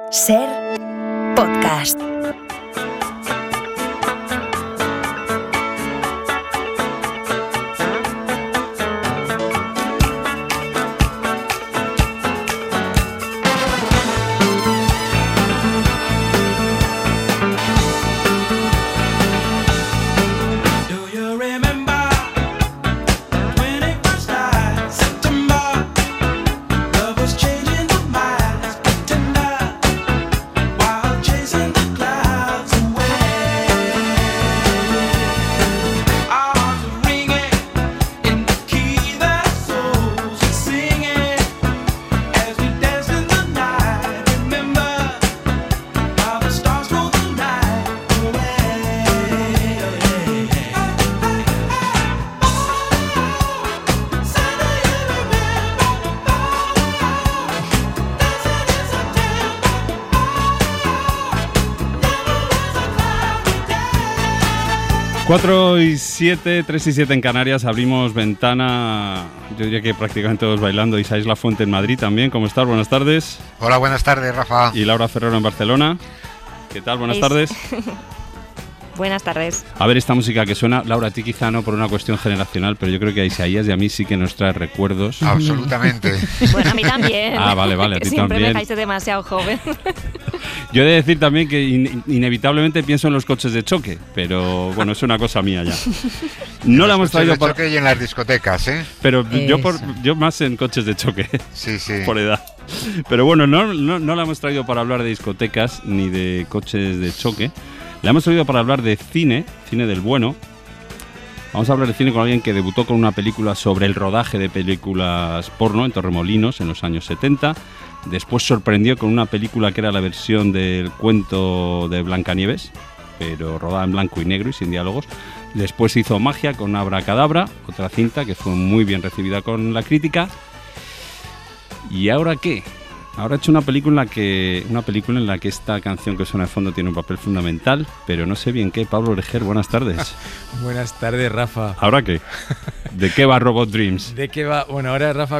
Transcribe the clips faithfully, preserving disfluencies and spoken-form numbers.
Ser podcast. cuatro y siete, tres y siete en Canarias, abrimos ventana, yo diría que prácticamente todos bailando. Isaías Lafuente en Madrid también, ¿cómo estás? Buenas tardes. Hola, buenas tardes, Rafa. Y Laura Ferrero en Barcelona. ¿Qué tal? Buenas es... tardes. Buenas tardes. A ver, esta música que suena, Laura, a ti quizá no por una cuestión generacional, pero yo creo que a Isaías y a mí sí que nos trae recuerdos. Absolutamente. Bueno, a mí también. Ah, vale, vale, a ti Siempre también. me dejáis demasiado joven. Yo he de decir también que in- inevitablemente pienso en los coches de choque, pero bueno, es una cosa mía ya. No la hemos traído de por... choque y en las discotecas, ¿eh? Pero yo, por, yo más en coches de choque, sí, sí. por edad. Pero bueno, no, no, no la hemos traído para hablar de discotecas ni de coches de choque. La hemos traído para hablar de cine, cine del bueno. Vamos a hablar de cine con alguien que debutó con una película sobre el rodaje de películas porno en Torremolinos en los años setenta. Después sorprendió con una película que era la versión del cuento de Blancanieves, pero rodada en blanco y negro y sin diálogos. Después hizo Magia con Abracadabra, otra cinta que fue muy bien recibida con la crítica. ¿Y ahora qué? Ahora he hecho una película en la que una película en la que esta canción que suena de fondo tiene un papel fundamental, pero no sé bien qué. Pablo Oreger, buenas tardes. Buenas tardes, Rafa. ¿Ahora qué? ¿De qué va Robot Dreams? ¿De qué va? Bueno, ahora, Rafa,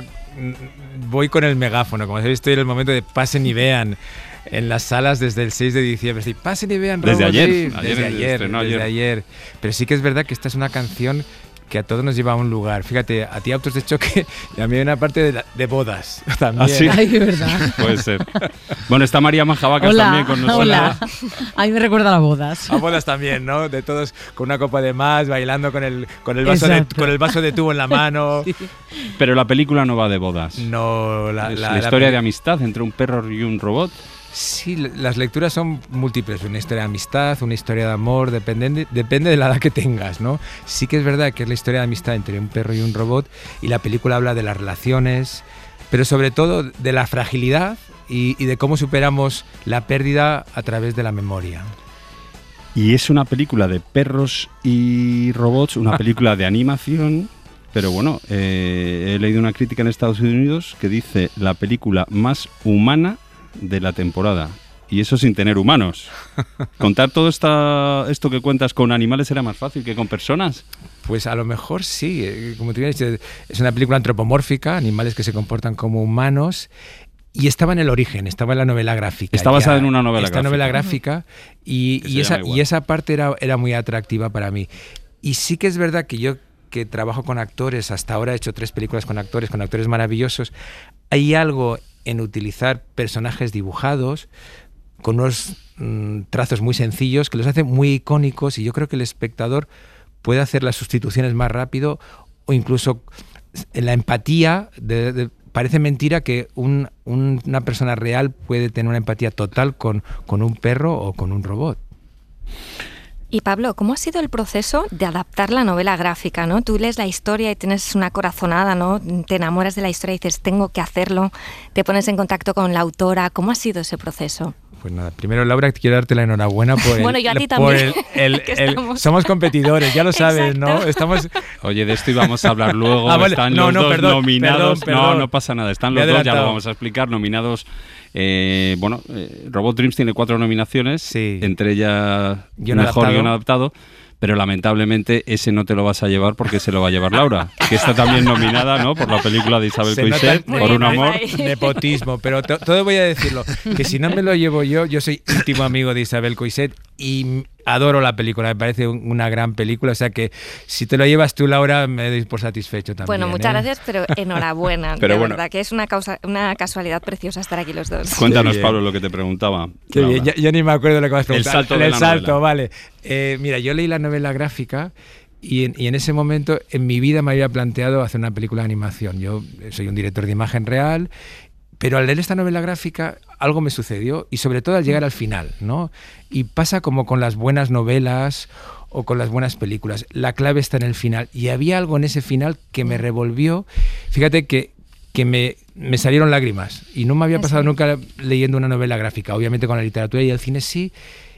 voy con el megáfono. Como sabéis, estoy en el momento de pasen y vean en las salas desde el seis de diciembre. Estoy, pasen y vean Robot Desde ayer. Dreams. ayer Desde ayer, estrenó desde ayer. ayer. Pero sí que es verdad que esta es una canción que a todos nos lleva a un lugar. Fíjate, a ti autos de choque y a mí una parte de, la, de bodas también. ¿Ah, sí? Ay, qué verdad. Puede ser. Bueno, está María Majavacas Hola, también con nosotros. hola. A mí me recuerda a las bodas. A bodas también, ¿no? De todos con una copa de más, bailando con el, con el, vaso, de, con el vaso de tubo en la mano. Sí. Pero la película no va de bodas. No, la, es la, la historia la... de amistad entre un perro y un robot. Sí, las lecturas son múltiples, una historia de amistad, una historia de amor, depende de, depende de la edad que tengas, ¿no? Sí que es verdad que es la historia de amistad entre un perro y un robot y la película habla de las relaciones, pero sobre todo de la fragilidad y, y de cómo superamos la pérdida a través de la memoria. Y es una película de perros y robots, una película de animación, pero bueno, eh, he leído una crítica en Estados Unidos que dice la película más humana de la temporada, y eso sin tener humanos. ¿Contar todo esta, esto que cuentas con animales era más fácil que con personas? Pues a lo mejor sí, como te había dicho, es una película antropomórfica, animales que se comportan como humanos, y estaba en el origen, estaba en la novela gráfica. Está basada en una novela esta gráfica. novela gráfica, y, y, esa, y esa parte era, era muy atractiva para mí. Y sí que es verdad que yo, que trabajo con actores, hasta ahora he hecho tres películas con actores, con actores maravillosos, hay algo en utilizar personajes dibujados con unos mmm, trazos muy sencillos que los hace muy icónicos, y yo creo que el espectador puede hacer las sustituciones más rápido, o incluso en la empatía de, de, parece mentira que un, un, una persona real puede tener una empatía total con, con un perro o con un robot. Y Pablo, ¿cómo ha sido el proceso de adaptar la novela gráfica, ¿no? Tú lees la historia y tienes una corazonada, ¿no? Te enamoras de la historia y dices, tengo que hacerlo, te pones en contacto con la autora. ¿Cómo ha sido ese proceso? Pues nada, primero, Laura, quiero darte la enhorabuena por el... Bueno, yo a ti por también. El, el, el, somos competidores, ya lo sabes, Exacto. ¿no? Estamos... Oye, de esto íbamos a hablar luego. Ah, vale. Están no, los no, dos perdón, nominados. Perdón, perdón. No, no pasa nada. Están Me los he dos, ya lo adelantado. vamos a explicar. Nominados. Eh, bueno, eh, Robot Dreams tiene cuatro nominaciones, Sí. entre ellas Guion mejor adaptado. guion adaptado. pero lamentablemente ese no te lo vas a llevar porque se lo va a llevar Laura, que está también nominada, ¿no?, por la película de Isabel Coixet, por un amor. Nepotismo, pero to, todo voy a decirlo, que si no me lo llevo yo, yo soy íntimo amigo de Isabel Coixet y adoro la película, me parece una gran película, o sea que si te lo llevas tú, Laura, me doy por satisfecho también. Bueno, muchas ¿eh? gracias, pero enhorabuena, pero de bueno. verdad, que es una, causa, una casualidad preciosa estar aquí los dos. Cuéntanos, Pablo, lo que te preguntaba. Qué bien, ya, ya ni me acuerdo de lo que me has preguntado. El salto de El la salto, novela. vale. Eh, mira, yo leí la novela gráfica y en, y en ese momento en mi vida me había planteado hacer una película de animación. Yo soy un director de imagen real, pero al leer esta novela gráfica algo me sucedió y sobre todo al llegar al final, ¿no? Y pasa como con las buenas novelas o con las buenas películas. La clave está en el final y había algo en ese final que me revolvió. Fíjate que, que me, me salieron lágrimas y no me había pasado nunca leyendo una novela gráfica. Obviamente con la literatura y el cine sí.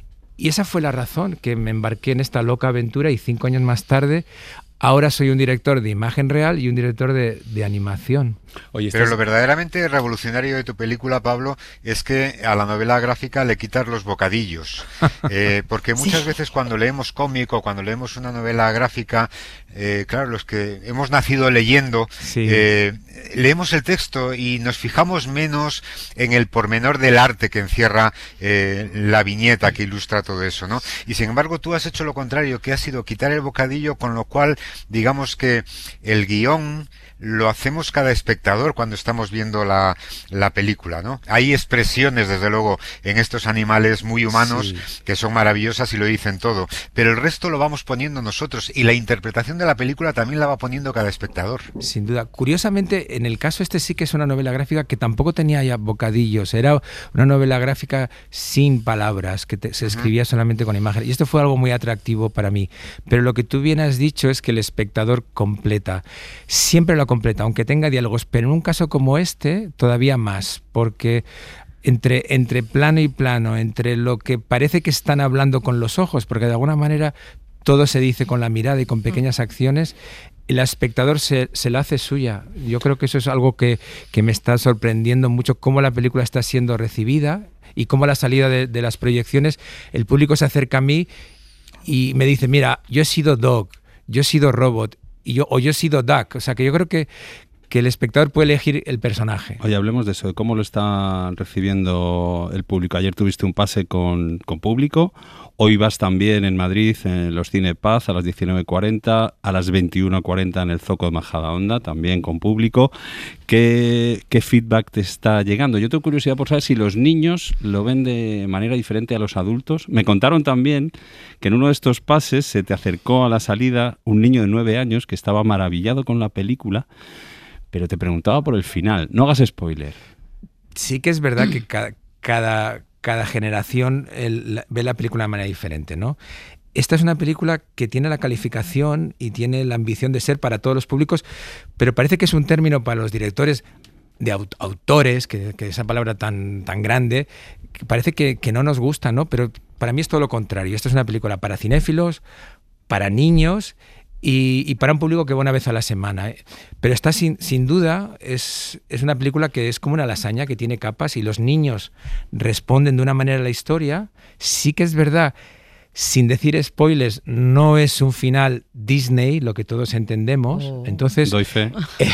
Y esa fue la razón que me embarqué en esta loca aventura y cinco años más tarde ahora soy un director de imagen real y un director de, de animación. Oye, pero lo verdaderamente revolucionario de tu película, Pablo, es que a la novela gráfica le quitas los bocadillos. Eh, porque muchas sí. veces cuando leemos cómic o cuando leemos una novela gráfica, eh, claro, los que hemos nacido leyendo, sí. eh, leemos el texto y nos fijamos menos en el pormenor del arte que encierra eh, la viñeta que ilustra todo eso, ¿no? Y sin embargo tú has hecho lo contrario, que ha sido quitar el bocadillo, con lo cual digamos que el guión lo hacemos cada espectador cuando estamos viendo la, la película, ¿no? Hay expresiones, desde luego, en estos animales muy humanos sí. que son maravillosas y lo dicen todo, pero el resto lo vamos poniendo nosotros y la interpretación de la película también la va poniendo cada espectador. Sin duda. Curiosamente, en el caso este sí que es una novela gráfica que tampoco tenía ya bocadillos, era una novela gráfica sin palabras, que te, se escribía uh-huh. solamente con imágenes, y esto fue algo muy atractivo para mí. Pero lo que tú bien has dicho es que el espectador completa. Siempre lo completa, aunque tenga diálogos, pero en un caso como este todavía más, porque entre, entre plano y plano, entre lo que parece que están hablando con los ojos, porque de alguna manera todo se dice con la mirada y con pequeñas acciones, el espectador se, se la hace suya. Yo creo que eso es algo que, que me está sorprendiendo mucho, cómo la película está siendo recibida y cómo a la salida de, de las proyecciones el público se acerca a mí y me dice, mira, yo he sido Dog, yo he sido Robot, y yo, o yo he sido Duck. O sea, que yo creo que, que el espectador puede elegir el personaje. Oye, hablemos de eso, de cómo lo está recibiendo el público. Ayer tuviste un pase con, con público, hoy vas también en Madrid, en los Cine Paz, a las diecinueve cuarenta, a las veintiuno cuarenta en el Zoco de Majadahonda, también con público. ¿Qué, ¿Qué feedback te está llegando? Yo tengo curiosidad por saber si los niños lo ven de manera diferente a los adultos. Me contaron también que en uno de estos pases se te acercó a la salida un niño de nueve años que estaba maravillado con la película, pero te preguntaba por el final. No hagas spoiler. Sí que es verdad que cada, cada, cada generación el, la, ve la película de manera diferente, ¿no? Esta es una película que tiene la calificación y tiene la ambición de ser para todos los públicos, pero parece que es un término para los directores de aut- autores, que, que esa palabra tan, tan grande, que parece que, que no nos gusta, ¿no? Pero para mí es todo lo contrario. Esta es una película para cinéfilos, para niños y, y para un público que va una vez a la semana, ¿eh? Pero está sin, sin duda, es, es una película que es como una lasaña que tiene capas y los niños responden de una manera a la historia. Sí que es verdad, sin decir spoilers, no es un final Disney, lo que todos entendemos. Oh. Entonces, doy fe.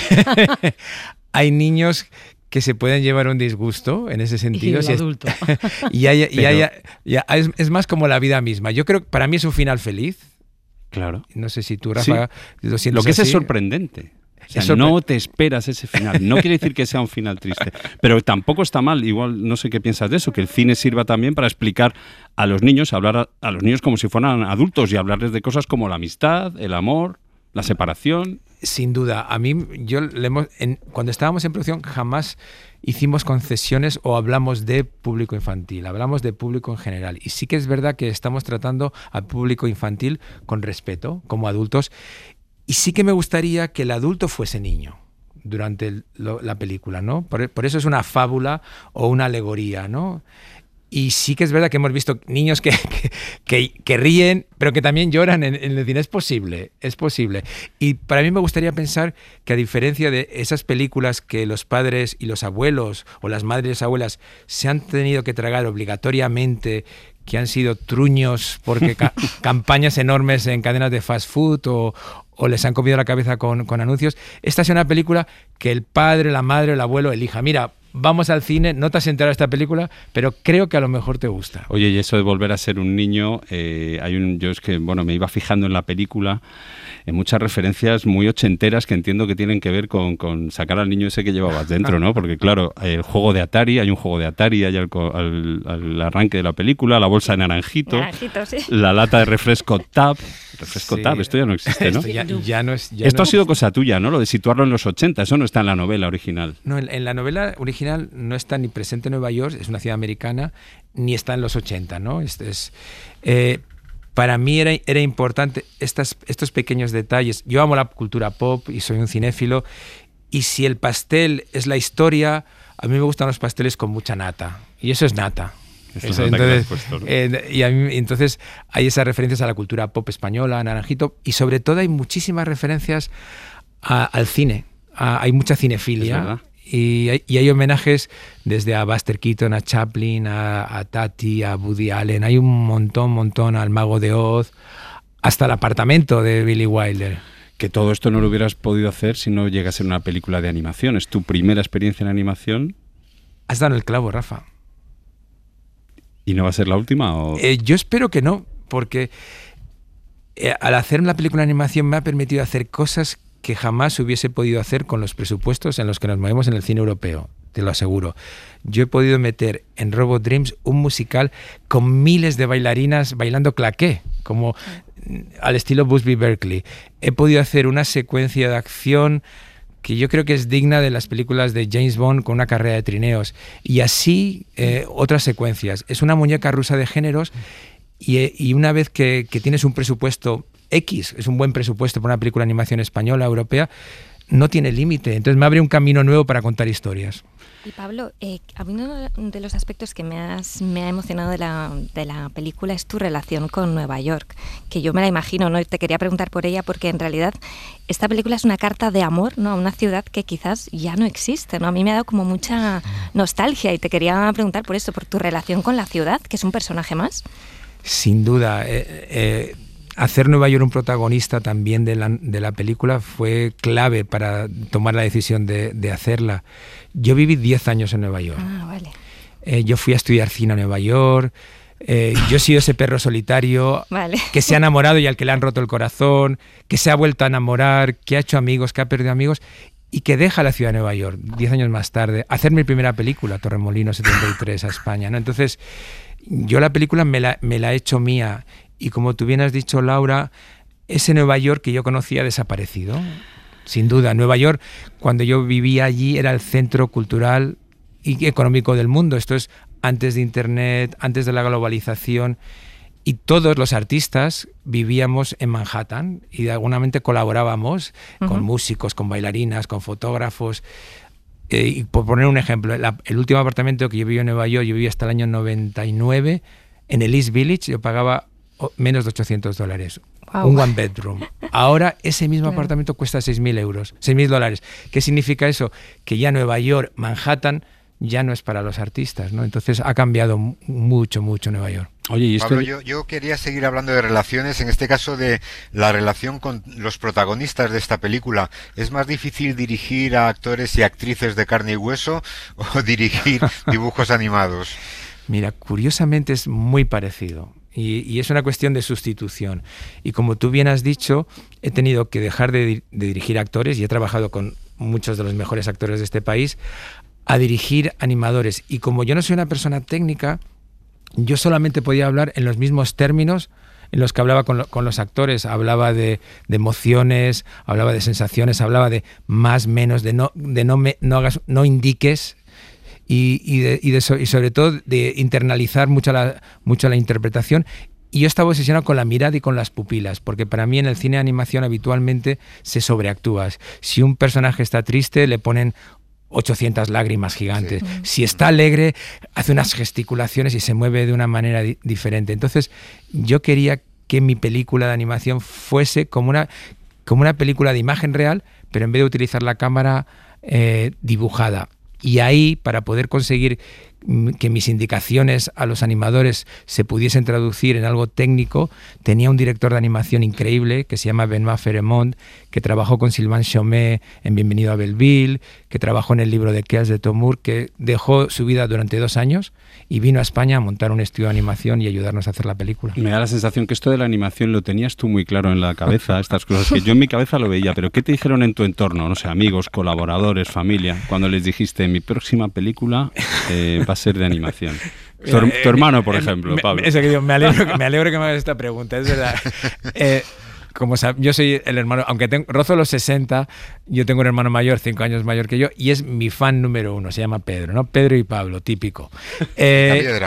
Hay niños que se pueden llevar un disgusto en ese sentido. Y el adulto. y hay, y hay, y hay, es, es más como la vida misma. Yo creo que para mí es un final feliz. Claro. No sé si tú, Rafa, sí. lo sientes Lo que así. es, es sorprendente. O sea, es sorpre- no te esperas ese final. No quiere decir que sea un final triste. Pero tampoco está mal, igual no sé qué piensas de eso, que el cine sirva también para explicar a los niños, hablar a, a los niños como si fueran adultos y hablarles de cosas como la amistad, el amor, la separación. Sin duda. A mí, yo le hemos, en, cuando estábamos en producción, jamás hicimos concesiones o hablamos de público infantil. Hablamos de público en general. Y sí que es verdad que estamos tratando al público infantil con respeto, como adultos. Y sí que me gustaría que el adulto fuese niño durante el, lo, la película, ¿no? Por, por eso es una fábula o una alegoría, ¿no? Y sí que es verdad que hemos visto niños que, que, que, que ríen, pero que también lloran en, en el cine. Es posible, es posible. Y para mí me gustaría pensar que, a diferencia de esas películas que los padres y los abuelos o las madres abuelas se han tenido que tragar obligatoriamente, que han sido truños porque ca- campañas enormes en cadenas de fast food o, o les han comido la cabeza con, con anuncios. Esta es una película que el padre, la madre, el abuelo elija. Mira, vamos al cine, no te has enterado de esta película, pero creo que a lo mejor te gusta. Oye, y eso de volver a ser un niño, eh, hay un, yo es que, bueno, me iba fijando en la película, en muchas referencias muy ochenteras que entiendo que tienen que ver con, con sacar al niño ese que llevabas dentro, ¿no? Porque claro, el juego de Atari, hay un juego de Atari, hay al, al, al arranque de la película, la bolsa de naranjito, Naranjito, sí. la lata de refresco Tab, refresco Sí. Tab, esto ya no existe, ¿no? Esto ya, ya no es, ya Esto no ha es- sido cosa tuya, ¿no? Lo de situarlo en los ochenta, eso no está en la novela original. No, en, en la novela original no está ni presente en Nueva York, es una ciudad americana, ni está en los ochenta, ¿no? Este es, eh, para mí era, era importante estas, estos pequeños detalles. Yo amo la cultura pop y soy un cinéfilo, y si el pastel es la historia, a mí me gustan los pasteles con mucha nata, y eso es nata. Esto Eso, es nata que le has entonces, puesto, ¿no? eh, y a mí, entonces hay esas referencias a la cultura pop española, a Naranjito, y sobre todo hay muchísimas referencias a- al cine. A- hay mucha Es cinefilia. verdad. Y hay, y hay homenajes desde a Buster Keaton, a Chaplin, a, a Tati, a Woody Allen. Hay un montón, montón al Mago de Oz, hasta el apartamento de Billy Wilder. Que todo esto no lo hubieras podido hacer si no llega a ser una película de animación. ¿Es tu primera experiencia en animación Has dado el clavo, Rafa. y no va a ser la última? O... Eh, yo espero que no, porque eh, al hacer la película de animación me ha permitido hacer cosas que jamás hubiese podido hacer con los presupuestos en los que nos movemos en el cine europeo, te lo aseguro. Yo he podido meter en Robot Dreams un musical con miles de bailarinas bailando claqué, como al estilo Busby Berkeley. He podido hacer una secuencia de acción que yo creo que es digna de las películas de James Bond con una carrera de trineos. Y así eh, otras secuencias. Es una muñeca rusa de géneros y, eh, y una vez que, que tienes un presupuesto X, es un buen presupuesto para una película de animación española, europea, no tiene límite. Entonces me abre un camino nuevo para contar historias. Y Pablo, eh, a mí uno de los aspectos que me, has, me ha emocionado de la, de la película es tu relación con Nueva York, que yo me la imagino, ¿no? Y te quería preguntar por ella porque en realidad esta película es una carta de amor, ¿no? A una ciudad que quizás ya no existe, ¿no? A mí me ha dado como mucha nostalgia y te quería preguntar por eso, por tu relación con la ciudad, que es un personaje más. Sin duda. Eh, eh, hacer Nueva York un protagonista también de la, de la película fue clave para tomar la decisión de, de hacerla. Yo viví diez años en Nueva York. Ah, vale. Eh, yo fui a estudiar cine a Nueva York. Eh, yo he sido ese perro solitario Vale. que se ha enamorado y al que le han roto el corazón, que se ha vuelto a enamorar, que ha hecho amigos, que ha perdido amigos y que deja la ciudad de Nueva York diez años más tarde, hacer mi primera película, Torremolinos setenta y tres, a España, ¿no? Entonces, yo la película me la, me la he hecho mía y como tú bien has dicho, Laura, ese Nueva York que yo conocía ha desaparecido. Sin duda, Nueva York, cuando yo vivía allí, era el centro cultural y económico del mundo. Esto es antes de Internet, antes de la globalización. Y todos los artistas vivíamos en Manhattan y de alguna manera colaborábamos uh-huh. con músicos, con bailarinas, con fotógrafos. Eh, y por poner un ejemplo, la, el último apartamento que yo viví en Nueva York, yo viví hasta el año noventa y nueve, en el East Village, yo pagaba menos de ochocientos dólares. Wow. Un one bedroom. Ahora ese mismo claro. apartamento cuesta seis mil euros, seis mil dólares. ¿Qué significa eso? Que ya Nueva York, Manhattan, ya no es para los artistas, ¿no? Entonces ha cambiado mucho, mucho Nueva York. Oye, ¿y esto... Pablo, yo, yo quería seguir hablando de relaciones, en este caso de la relación con los protagonistas de esta película. ¿Es más difícil dirigir a actores y actrices de carne y hueso o dirigir dibujos animados? Mira, curiosamente es muy parecido. Y, y es una cuestión de sustitución. Y como tú bien has dicho, he tenido que dejar de, de dirigir actores y he trabajado con muchos de los mejores actores de este país a dirigir animadores. Y como yo no soy una persona técnica, yo solamente podía hablar en los mismos términos en los que hablaba con, lo, con los actores. Hablaba de, de emociones, hablaba de sensaciones, hablaba de más, menos, de no, de no, me, no, hagas, no indiques. Y, y, de, y, de, y sobre todo de internalizar mucho la, mucho la interpretación. Y yo estaba obsesionado con la mirada y con las pupilas, porque para mí en el cine de animación habitualmente se sobreactúa. Si un personaje está triste, le ponen ochocientas lágrimas gigantes. Sí. Si está alegre, hace unas gesticulaciones y se mueve de una manera di- diferente. Entonces, yo quería que mi película de animación fuese como una, como una película de imagen real, pero en vez de utilizar la cámara eh, dibujada. Y ahí, para poder conseguir que mis indicaciones a los animadores se pudiesen traducir en algo técnico, tenía un director de animación increíble que se llama Benoît Ferremont, que trabajó con Sylvain Chomet en Bienvenido a Belleville, que trabajó en el libro de Keas de Tomour, que dejó su vida durante dos años y vino a España a montar un estudio de animación y ayudarnos a hacer la película. Me da la sensación que esto de la animación lo tenías tú muy claro en la cabeza, estas cosas que yo en mi cabeza lo veía, pero ¿qué te dijeron en tu entorno? No sé, amigos, colaboradores, familia, cuando les dijiste mi próxima película eh, va a ser de animación? Tu, eh, tu hermano, por eh, ejemplo, me, Pablo. Eso que digo, me alegro, me alegro que me hagas esta pregunta, es verdad. Eh, Como sab- yo soy el hermano, aunque tengo, rozo los sesenta, yo tengo un hermano mayor, cinco años mayor que yo, y es mi fan número uno, se llama Pedro, ¿no? Pedro y Pablo, típico. Eh,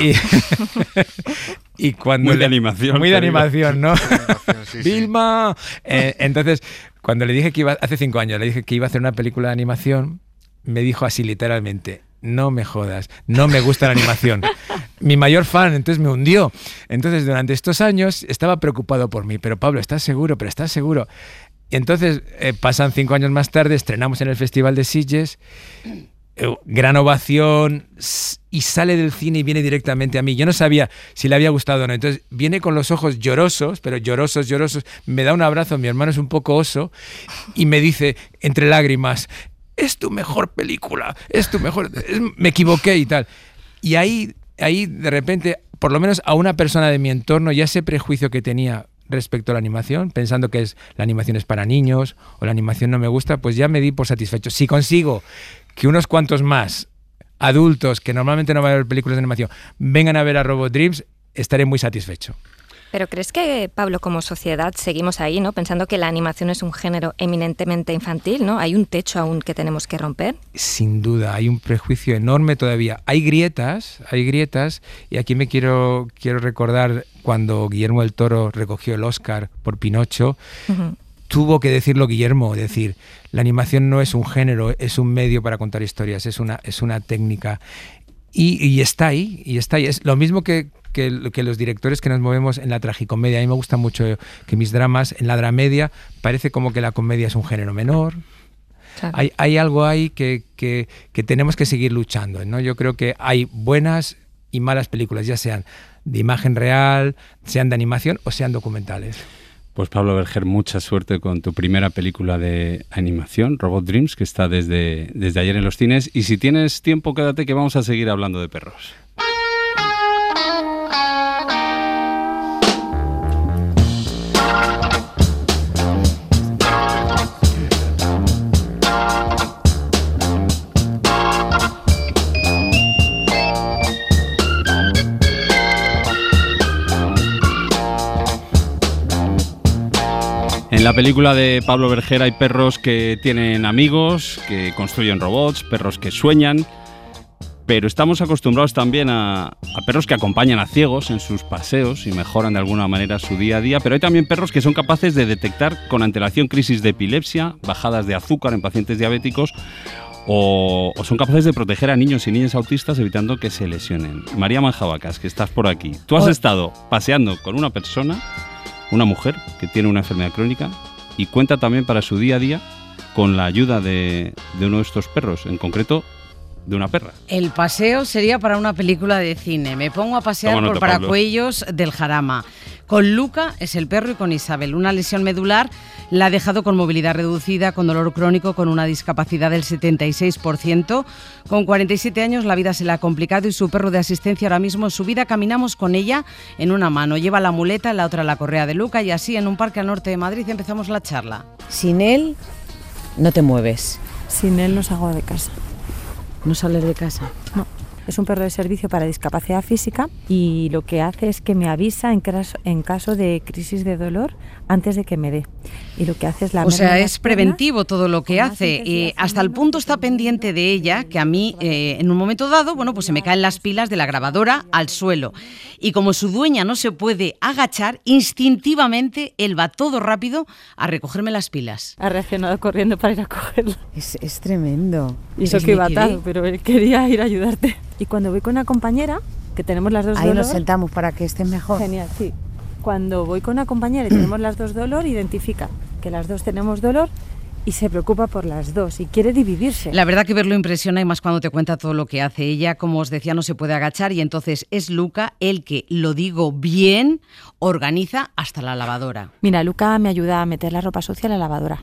y, y cuando muy le, de animación. Muy de animación, ¿no? Animación, sí, ¡Vilma! Sí. Eh, entonces, cuando le dije que iba, hace cinco años, le dije que iba a hacer una película de animación, me dijo así literalmente: no me jodas, no me gusta la animación. Mi mayor fan, entonces me hundió. Entonces, durante estos años estaba preocupado por mí. Pero Pablo, ¿estás seguro? ¿Pero estás seguro? Y entonces, eh, pasan cinco años más tarde, estrenamos en el Festival de Sitges, eh, gran ovación, y sale del cine y viene directamente a mí. Yo no sabía si le había gustado o no. Entonces, viene con los ojos llorosos, pero llorosos, llorosos. Me da un abrazo, mi hermano es un poco oso, y me dice, entre lágrimas: es tu mejor película, es tu mejor, es, me equivoqué y tal. Y ahí, ahí de repente, por lo menos a una persona de mi entorno, ya ese prejuicio que tenía respecto a la animación, pensando que es, la animación es para niños o la animación no me gusta, pues ya me di por satisfecho. Si consigo que unos cuantos más adultos que normalmente no van a ver películas de animación vengan a ver a Robot Dreams, estaré muy satisfecho. Pero ¿crees que, Pablo, como sociedad seguimos ahí, ¿no? Pensando que la animación es un género eminentemente infantil, ¿no? ¿Hay un techo aún que tenemos que romper? Sin duda, hay un prejuicio enorme todavía. Hay grietas, hay grietas, y aquí me quiero, quiero recordar cuando Guillermo del Toro recogió el Oscar por Pinocho. Uh-huh. Tuvo que decirlo Guillermo, decir, la animación no es un género, es un medio para contar historias, es una, es una técnica. Y, y está ahí, y está ahí. Es lo mismo que Que, que los directores que nos movemos en la tragicomedia. A mí me gusta mucho que mis dramas, en la dramedia, parece como que la comedia es un género menor. Claro. Hay, hay algo ahí que, que, que tenemos que seguir luchando, ¿no? Yo creo que hay buenas y malas películas, ya sean de imagen real, sean de animación o sean documentales. Pues Pablo Berger, mucha suerte con tu primera película de animación, Robot Dreams, que está desde, desde ayer en los cines. Y si tienes tiempo, quédate que vamos a seguir hablando de perros. En la película de Pablo Berger hay perros que tienen amigos, que construyen robots, perros que sueñan, pero estamos acostumbrados también a, a perros que acompañan a ciegos en sus paseos y mejoran de alguna manera su día a día, pero hay también perros que son capaces de detectar con antelación crisis de epilepsia, bajadas de azúcar en pacientes diabéticos, o, o son capaces de proteger a niños y niñas autistas evitando que se lesionen. María Manjabacas, que estás por aquí, tú has estado paseando con una persona, una mujer que tiene una enfermedad crónica, y cuenta también para su día a día con la ayuda de, de uno de estos perros, en concreto de una perra. El paseo sería para una película de cine. Me pongo a pasear Toma por nota, Paracuellos Pablo. Del Jarama. Con Luca, es el perro, y con Isabel. Una lesión medular la ha dejado con movilidad reducida, con dolor crónico, con una discapacidad del setenta y seis por ciento. Con cuarenta y siete años la vida se le ha complicado y su perro de asistencia ahora mismo en su vida. Caminamos con ella en una mano. Lleva la muleta, en la otra la correa de Luca, y así en un parque al norte de Madrid empezamos la charla. Sin él no te mueves. Sin él no salgo de casa. ¿No sales de casa? No. Es un perro de servicio para discapacidad física y lo que hace es que me avisa en caso, en caso de crisis de dolor antes de que me dé. Y lo que hace es la O sea, es preventivo todo lo que hace. Eh, hasta el punto está pendiente de ella que a mí, eh, en un momento dado, bueno, pues se me caen las pilas de la grabadora al suelo. Y como su dueña no se puede agachar, instintivamente él va todo rápido a recogerme las pilas. Ha reaccionado corriendo para ir a cogerlo. Es, es tremendo. Y eso que iba atado, pero él quería ir a ayudarte. Y cuando voy con una compañera, que tenemos las dos Ahí dolor... nos sentamos para que estés mejor. Genial, sí. Cuando voy con una compañera y tenemos las dos dolor, identifica que las dos tenemos dolor y se preocupa por las dos y quiere dividirse. La verdad que verlo impresiona, y más cuando te cuenta todo lo que hace ella. Como os decía, no se puede agachar, y entonces es Luca el que, lo digo bien, organiza hasta la lavadora. Mira, Luca me ayuda a meter la ropa sucia en la lavadora.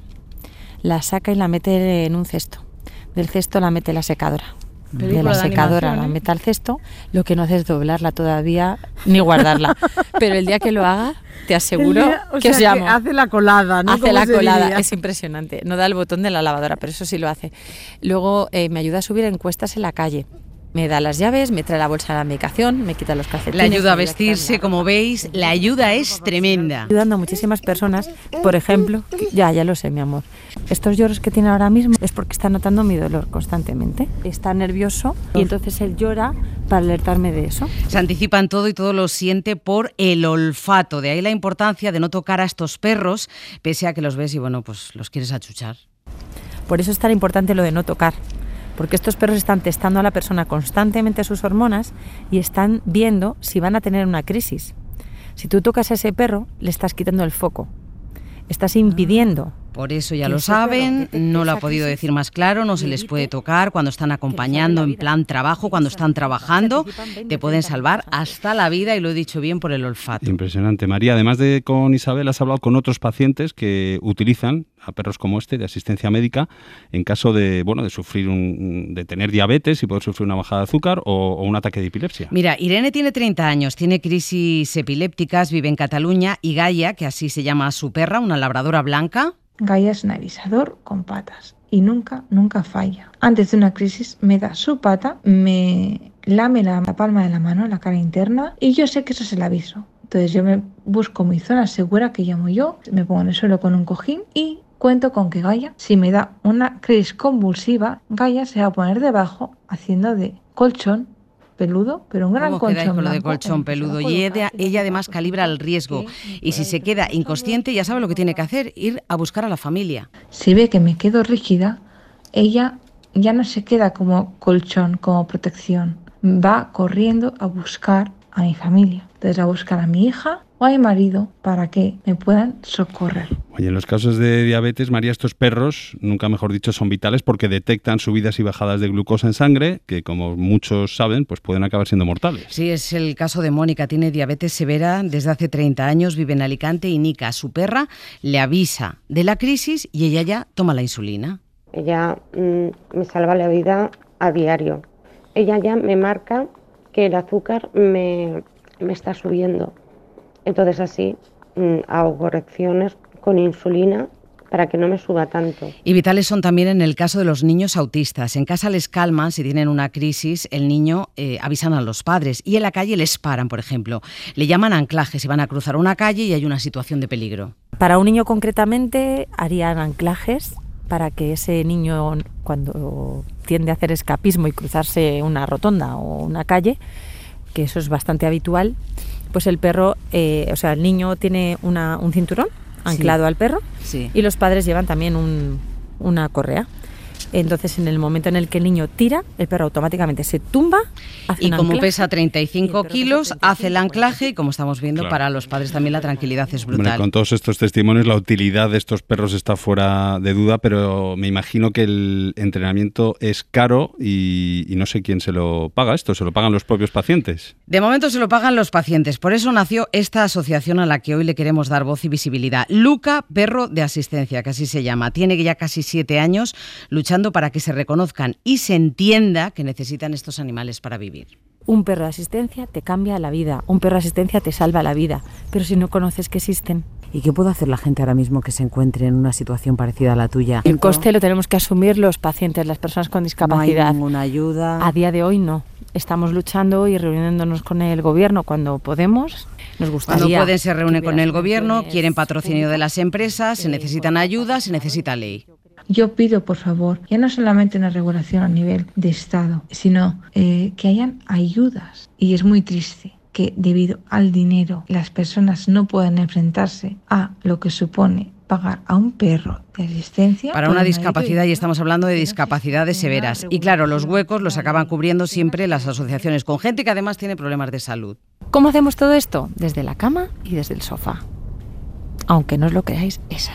La saca y la mete en un cesto. Del cesto la mete en la secadora. De la secadora de la mete al cesto. Lo que no hace es doblarla todavía ni guardarla. Pero el día que lo haga, te aseguro día, que os llamo. Que hace la colada, ¿no? Hace la colada, diría? Es impresionante. No da el botón de la lavadora, pero eso sí lo hace. Luego eh, me ayuda a subir encuestas en la calle. Me da las llaves, me trae la bolsa de la medicación, me quita los calcetines. Le ayuda a vestirse, como veis, la ayuda es tremenda. Ayudando a muchísimas personas, por ejemplo, ya, ya lo sé, mi amor. Estos lloros que tiene ahora mismo es porque está notando mi dolor constantemente. Está nervioso y entonces él llora para alertarme de eso. Se anticipa en todo y todo lo siente por el olfato. De ahí la importancia de no tocar a estos perros, pese a que los ves y, bueno, pues los quieres achuchar. Por eso es tan importante lo de no tocar. Porque estos perros están testando a la persona constantemente sus hormonas y están viendo si van a tener una crisis. Si tú tocas a ese perro, le estás quitando el foco. Estás impidiendo. Por eso ya lo saben, no lo ha podido decir más claro, no se les puede tocar cuando están acompañando en plan trabajo, cuando están trabajando, te pueden salvar hasta la vida, y lo he dicho bien, por el olfato. Impresionante. María, además de con Isabel, has hablado con otros pacientes que utilizan a perros como este de asistencia médica en caso de, bueno, de sufrir un, de tener diabetes y poder sufrir una bajada de azúcar o, o un ataque de epilepsia. Mira, Irene tiene treinta años, tiene crisis epilépticas, vive en Cataluña, y Gaia, que así se llama su perra, una labradora blanca. Gaia es un avisador con patas y nunca, nunca falla. Antes de una crisis me da su pata, me lame la palma de la mano, la cara interna, y yo sé que eso es el aviso. Entonces yo me busco mi zona segura, que llamo yo, me pongo en el suelo con un cojín y cuento con que Gaia, si me da una crisis convulsiva, Gaia se va a poner debajo haciendo de colchón peludo, pero un gran ¿Cómo colchón quedáis con lo de blanco, colchón peludo? Y ella, ella además calibra el riesgo, y si se queda inconsciente ya sabe lo que tiene que hacer, ir a buscar a la familia. Si ve que me quedo rígida, ella ya no se queda como colchón, como protección, va corriendo a buscar a mi familia. Entonces a buscar a mi hija o a mi marido para que me puedan socorrer. Oye, en los casos de diabetes, María, estos perros, nunca mejor dicho, son vitales porque detectan subidas y bajadas de glucosa en sangre que, como muchos saben, pues pueden acabar siendo mortales. Sí, es el caso de Mónica, tiene diabetes severa desde hace treinta años, vive en Alicante, y Nica, su perra, le avisa de la crisis y ella ya toma la insulina. Ella mmm, me salva la vida a diario. Ella ya me marca que el azúcar me, me está subiendo. Entonces así mmm, hago correcciones con insulina para que no me suba tanto. Y vitales son también en el caso de los niños autistas. En casa les calman si tienen una crisis, el niño eh, avisan a los padres, y en la calle les paran, por ejemplo. Le llaman anclaje si van a cruzar una calle y hay una situación de peligro. Para un niño concretamente harían anclajes para que ese niño, cuando tiende a hacer escapismo y cruzarse una rotonda o una calle, que eso es bastante habitual, pues el perro, eh, o sea, el niño tiene una, un cinturón anclado sí. al perro sí. y los padres llevan también un, una correa. Entonces, en el momento en el que el niño tira, el perro automáticamente se tumba, hace y un como anclaje, pesa treinta y cinco kilos, hace el anclaje, y como estamos viendo, claro. para los padres también la tranquilidad es brutal. Bueno, con todos estos testimonios, la utilidad de estos perros está fuera de duda, pero me imagino que el entrenamiento es caro y, y no sé quién se lo paga esto, ¿se lo pagan los propios pacientes? De momento se lo pagan los pacientes, por eso nació esta asociación a la que hoy le queremos dar voz y visibilidad. Luca, perro de asistencia, que así se llama, tiene ya casi siete años luchando para que se reconozcan y se entienda que necesitan estos animales para vivir. Un perro de asistencia te cambia la vida, un perro de asistencia te salva la vida, pero si no conoces que existen. ¿Y qué puede hacer la gente ahora mismo que se encuentre en una situación parecida a la tuya? El coste lo tenemos que asumir los pacientes, las personas con discapacidad. No hay ninguna ayuda. A día de hoy no. Estamos luchando y reuniéndonos con el gobierno cuando podemos. Nos gustaría. Cuando pueden se reúnen con el gobierno, quieren patrocinio de las empresas, se necesitan ayuda, se necesita ley. Yo pido, por favor, ya no solamente una regulación a nivel de Estado, sino eh, que hayan ayudas. Y es muy triste que debido al dinero las personas no puedan enfrentarse a lo que supone pagar a un perro de asistencia. Para una discapacidad, y estamos hablando de discapacidades severas. Y claro, los huecos los acaban cubriendo siempre las asociaciones con gente que además tiene problemas de salud. ¿Cómo hacemos todo esto? Desde la cama y desde el sofá. Aunque no os lo creáis, es así.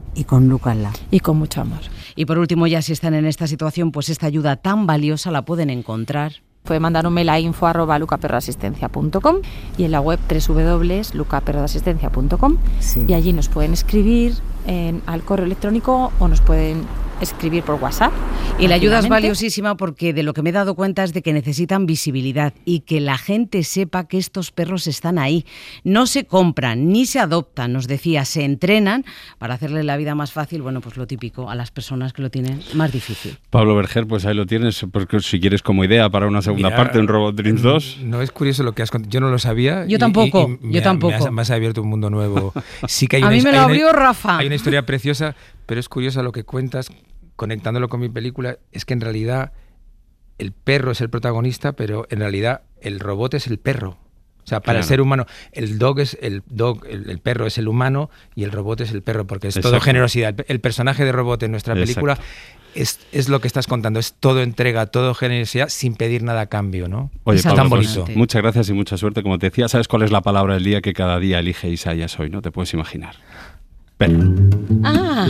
Y con Luca al lado. Y con mucho amor. Y por último, ya si están en esta situación, pues esta ayuda tan valiosa la pueden encontrar. Puede mandar un mail a info arroba lucaperroasistencia punto com y en la web doble u doble u doble u punto lucaperroasistencia punto com, sí. Y allí nos pueden escribir en, al correo electrónico o nos pueden escribir por WhatsApp. Y la ayuda es valiosísima porque de lo que me he dado cuenta es de que necesitan visibilidad y que la gente sepa que estos perros están ahí. No se compran ni se adoptan, nos decía, se entrenan para hacerle la vida más fácil, bueno, pues lo típico a las personas que lo tienen más difícil. Pablo Berger, pues ahí lo tienes, porque si quieres como idea para una segunda Mira, parte en Robot Dreams dos. No es curioso lo que has contado, yo no lo sabía. Yo y, tampoco, y, y yo me tampoco. Ha, me, has, me has abierto un mundo nuevo. Sí que hay a una, mí me lo abrió una, Rafa. Hay una historia preciosa, pero es curioso lo que cuentas, conectándolo con mi película, es que en realidad el perro es el protagonista, pero en realidad el robot es el perro. O sea, para claro. el ser humano, el dog es el dog, el, el perro es el humano y el robot es el perro, porque es Exacto. todo generosidad. El, el personaje de robot en nuestra película es, es lo que estás contando, es todo entrega, todo generosidad sin pedir nada a cambio, ¿no? Oye, es Pablo, tan bonito. Pues, muchas gracias y mucha suerte. Como te decía, ¿sabes cuál es la palabra del día que cada día elige Isaías hoy? No te puedes imaginar. Perro. Ah.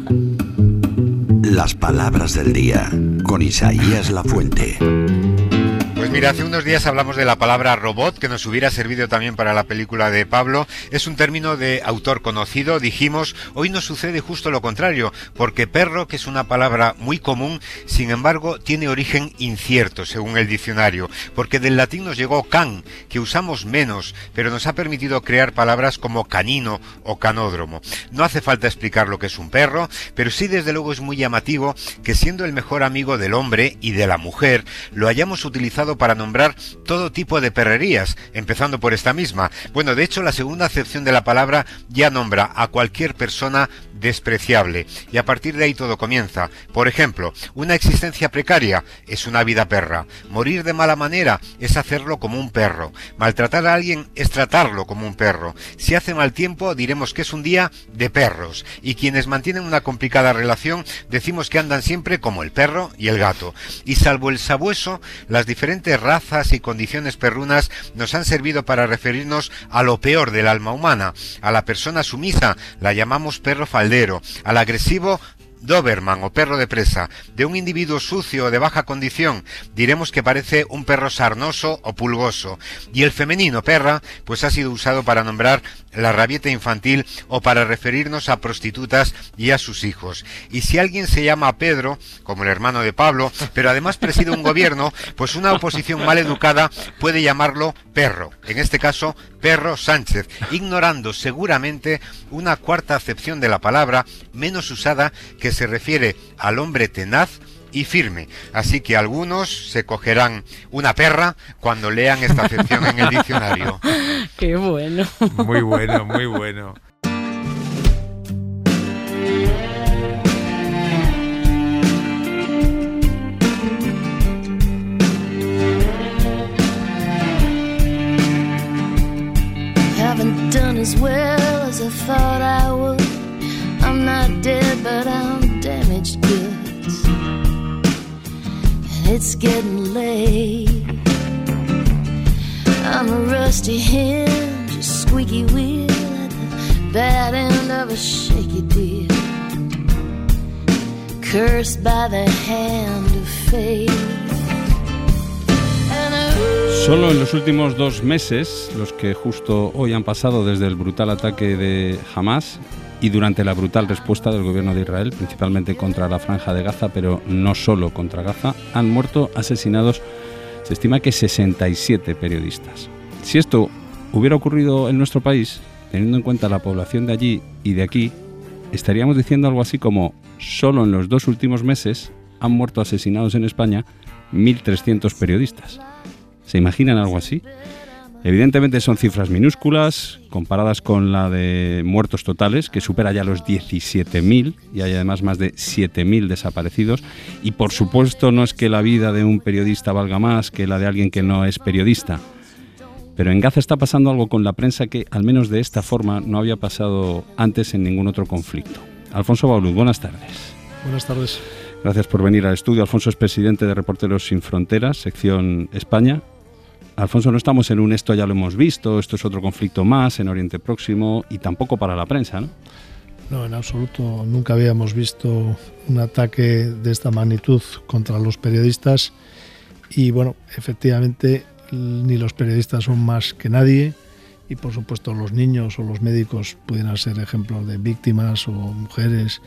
Las palabras del día, con Isaías Lafuente. Pues mira, hace unos días hablamos de la palabra robot, que nos hubiera servido también para la película de Pablo. Es un término de autor conocido, dijimos. Hoy nos sucede justo lo contrario, porque perro, que es una palabra muy común, sin embargo, tiene origen incierto, según el diccionario, porque del latín nos llegó can, que usamos menos, pero nos ha permitido crear palabras como canino o canódromo. No hace falta explicar lo que es un perro, pero sí desde luego es muy llamativo que, siendo el mejor amigo del hombre y de la mujer, lo hayamos utilizado para nombrar todo tipo de perrerías, empezando por esta misma. Bueno, de hecho, la segunda acepción de la palabra ya nombra a cualquier persona despreciable, y a partir de ahí todo comienza. Por ejemplo, una existencia precaria es una vida perra. Morir de mala manera es hacerlo como un perro. Maltratar a alguien es tratarlo como un perro. Si hace mal tiempo, diremos que es un día de perros, y quienes mantienen una complicada relación decimos que andan siempre como el perro y el gato. Y salvo el sabueso, las diferentes razas y condiciones perrunas nos han servido para referirnos a lo peor del alma humana. A la persona sumisa la llamamos perro faldero, al agresivo Doberman o perro de presa. De un individuo sucio o de baja condición diremos que parece un perro sarnoso o pulgoso. Y el femenino perra pues ha sido usado para nombrar la rabieta infantil o para referirnos a prostitutas y a sus hijos. Y si alguien se llama Pedro, como el hermano de Pablo, pero además preside un gobierno, pues una oposición mal educada puede llamarlo perro, en este caso Perro Sánchez, ignorando seguramente una cuarta acepción de la palabra menos usada, que se refiere al hombre tenaz y firme. Así que algunos se cogerán una perra cuando lean esta acepción en el diccionario. ¡Qué bueno! Muy bueno, muy bueno. Haven't done as well as I thought I would. I'm not dead, but I'm damaged goods. And it's getting late. I'm a rusty hinge, a squeaky wheel at the bad end of a shaky deal. Cursed by the hand of fate. Solo en los últimos dos meses, los que justo hoy han pasado desde el brutal ataque de Hamas y durante la brutal respuesta del gobierno de Israel, principalmente contra la Franja de Gaza, pero no solo contra Gaza, han muerto asesinados, se estima que sesenta y siete periodistas. Si esto hubiera ocurrido en nuestro país, teniendo en cuenta la población de allí y de aquí, estaríamos diciendo algo así como: solo en los dos últimos meses han muerto asesinados en España mil trescientos periodistas. ¿Se imaginan algo así? Evidentemente son cifras minúsculas comparadas con la de muertos totales, que supera ya los diecisiete mil, y hay además más de siete mil desaparecidos. Y por supuesto no es que la vida de un periodista valga más que la de alguien que no es periodista. Pero en Gaza está pasando algo con la prensa que, al menos de esta forma, no había pasado antes en ningún otro conflicto. Alfonso Baulud, buenas tardes. Buenas tardes. Gracias por venir al estudio. Alfonso es presidente de Reporteros Sin Fronteras, sección España. Alfonso, no estamos en un esto ya lo hemos visto, esto es otro conflicto más en Oriente Próximo, y tampoco para la prensa, ¿no? No, en absoluto. Nunca habíamos visto un ataque de esta magnitud contra los periodistas y, bueno, efectivamente, ni los periodistas son más que nadie y, por supuesto, los niños o los médicos pudieran ser ejemplos de víctimas o mujeres,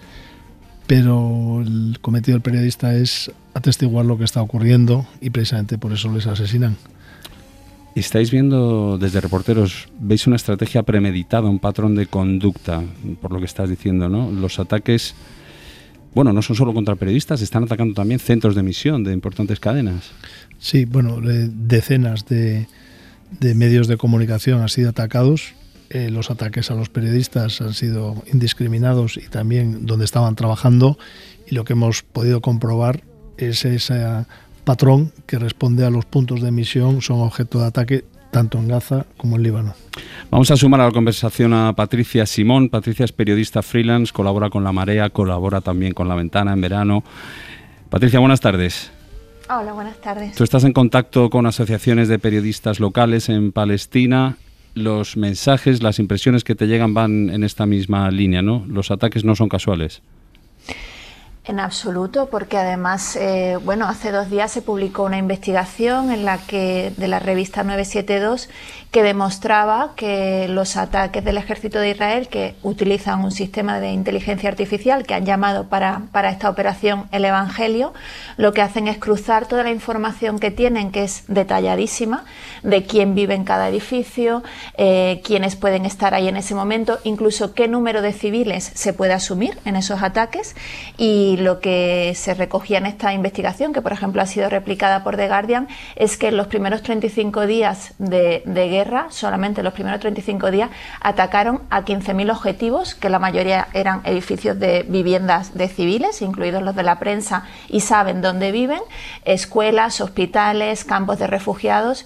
pero el cometido del periodista es atestiguar lo que está ocurriendo y precisamente por eso les asesinan. Estáis viendo desde Reporteros, veis una estrategia premeditada, un patrón de conducta, por lo que estás diciendo, ¿no? Los ataques, bueno, no son solo contra periodistas, están atacando también centros de emisión de importantes cadenas. Sí, bueno, decenas de, de medios de comunicación han sido atacados. Eh, los ataques a los periodistas han sido indiscriminados y también donde estaban trabajando, y lo que hemos podido comprobar es esa patrón que responde a los puntos de emisión, son objeto de ataque tanto en Gaza como en Líbano. Vamos a sumar a la conversación a Patricia Simón. Patricia es periodista freelance, colabora con La Marea, colabora también con La Ventana en verano. Patricia, buenas tardes. Hola, buenas tardes. Tú estás en contacto con asociaciones de periodistas locales en Palestina. Los mensajes, las impresiones que te llegan van en esta misma línea, ¿no? Los ataques no son casuales. En absoluto, porque además, eh, bueno, hace dos días se publicó una investigación en la que de la revista nueve siete dos que demostraba que los ataques del ejército de Israel, que utilizan un sistema de inteligencia artificial que han llamado para, para esta operación el Evangelio, lo que hacen es cruzar toda la información que tienen, que es detalladísima, de quién vive en cada edificio, eh, quiénes pueden estar ahí en ese momento, incluso qué número de civiles se puede asumir en esos ataques. Y lo que se recogía en esta investigación, que por ejemplo ha sido replicada por The Guardian, es que en los primeros treinta y cinco días de, de guerra, solamente en los primeros treinta y cinco días, atacaron a quince mil objetivos, que la mayoría eran edificios de viviendas de civiles, incluidos los de la prensa, y saben dónde viven, escuelas, hospitales, campos de refugiados